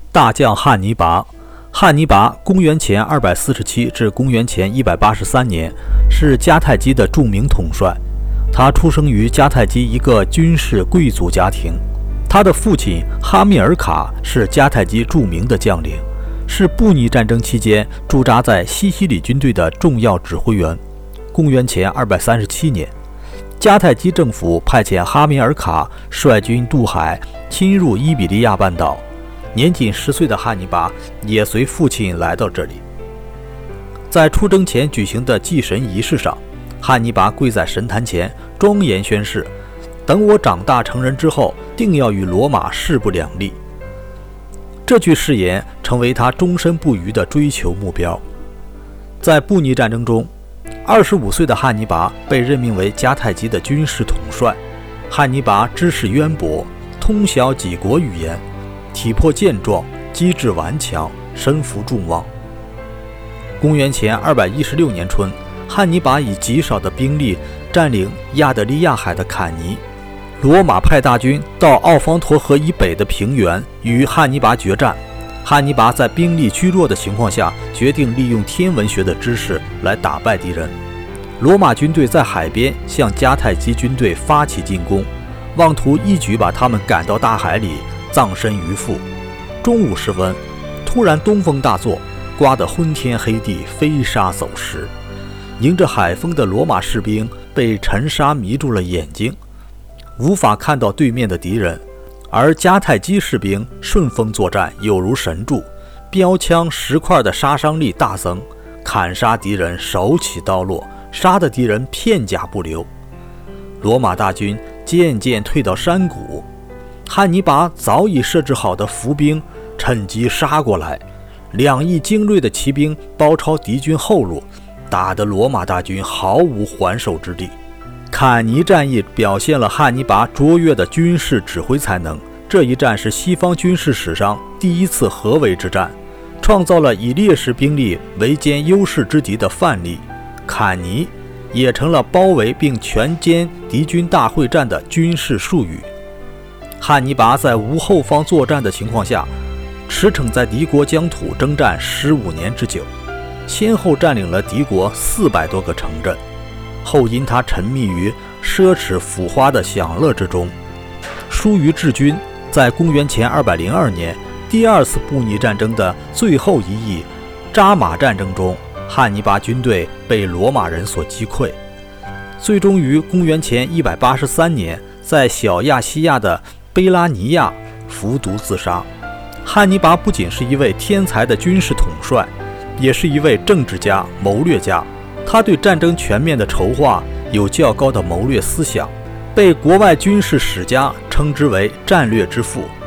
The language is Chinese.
大将汉尼拔。汉尼拔公元前247至公元前183年，是迦太基的著名统帅。他出生于迦太基一个军事贵族家庭。他的父亲哈密尔卡是迦太基著名的将领，是布匿战争期间驻扎在西西里军队的重要指挥员。公元前237年，迦太基政府派遣哈密尔卡率军渡海，侵入伊比利亚半岛。年仅10岁的汉尼拔也随父亲来到这里。在出征前举行的祭神仪式上，汉尼拔跪在神坛前，庄严宣誓：等我长大成人之后，定要与罗马势不两立。这句誓言成为他终身不渝的追求目标。在布匿战争中，25岁的汉尼拔被任命为迦太基的军事统帅。汉尼拔知识渊博，通晓几国语言，体魄健壮，机智顽强，身负众望。公元前216年春，汉尼拔以极少的兵力占领亚得里亚海的坎尼。罗马派大军到奥方陀河以北的平原与汉尼拔决战。汉尼拔在兵力虚弱的情况下，决定利用天文学的知识来打败敌人。罗马军队在海边向迦太基军队发起进攻，妄图一举把他们赶到大海里，葬身鱼腹。中午时分，突然东风大作，刮得昏天黑地，飞沙走石。迎着海风的罗马士兵被尘沙迷住了眼睛，无法看到对面的敌人。而迦太基士兵顺风作战，有如神助，标枪石块的杀伤力大增，砍杀敌人手起刀落，杀得敌人片甲不留。罗马大军渐渐退到山谷，汉尼拔早已设置好的伏兵趁机杀过来，2翼精锐的骑兵包抄敌军后路，打得罗马大军毫无还手之地。坎尼战役表现了汉尼拔卓越的军事指挥才能，这一战是西方军事史上第一次合围之战，创造了以劣势兵力围歼优势之敌的范例。坎尼也成了包围并全歼敌军大会战的军事术语。汉尼拔在无后方作战的情况下，驰骋在敌国疆土征战15年之久，先后占领了敌国400多个城镇。后因他沉迷于奢侈腐花的享乐之中，疏于治军。在公元前202年第2次布匿战争的最后一役扎马战争中，汉尼拔军队被罗马人所击溃，最终于公元前183年在小亚细亚的贝拉尼亚服毒自杀。汉尼拔不仅是一位天才的军事统帅，也是一位政治家、谋略家。他对战争全面的筹划有较高的谋略思想，被国外军事史家称之为战略之父。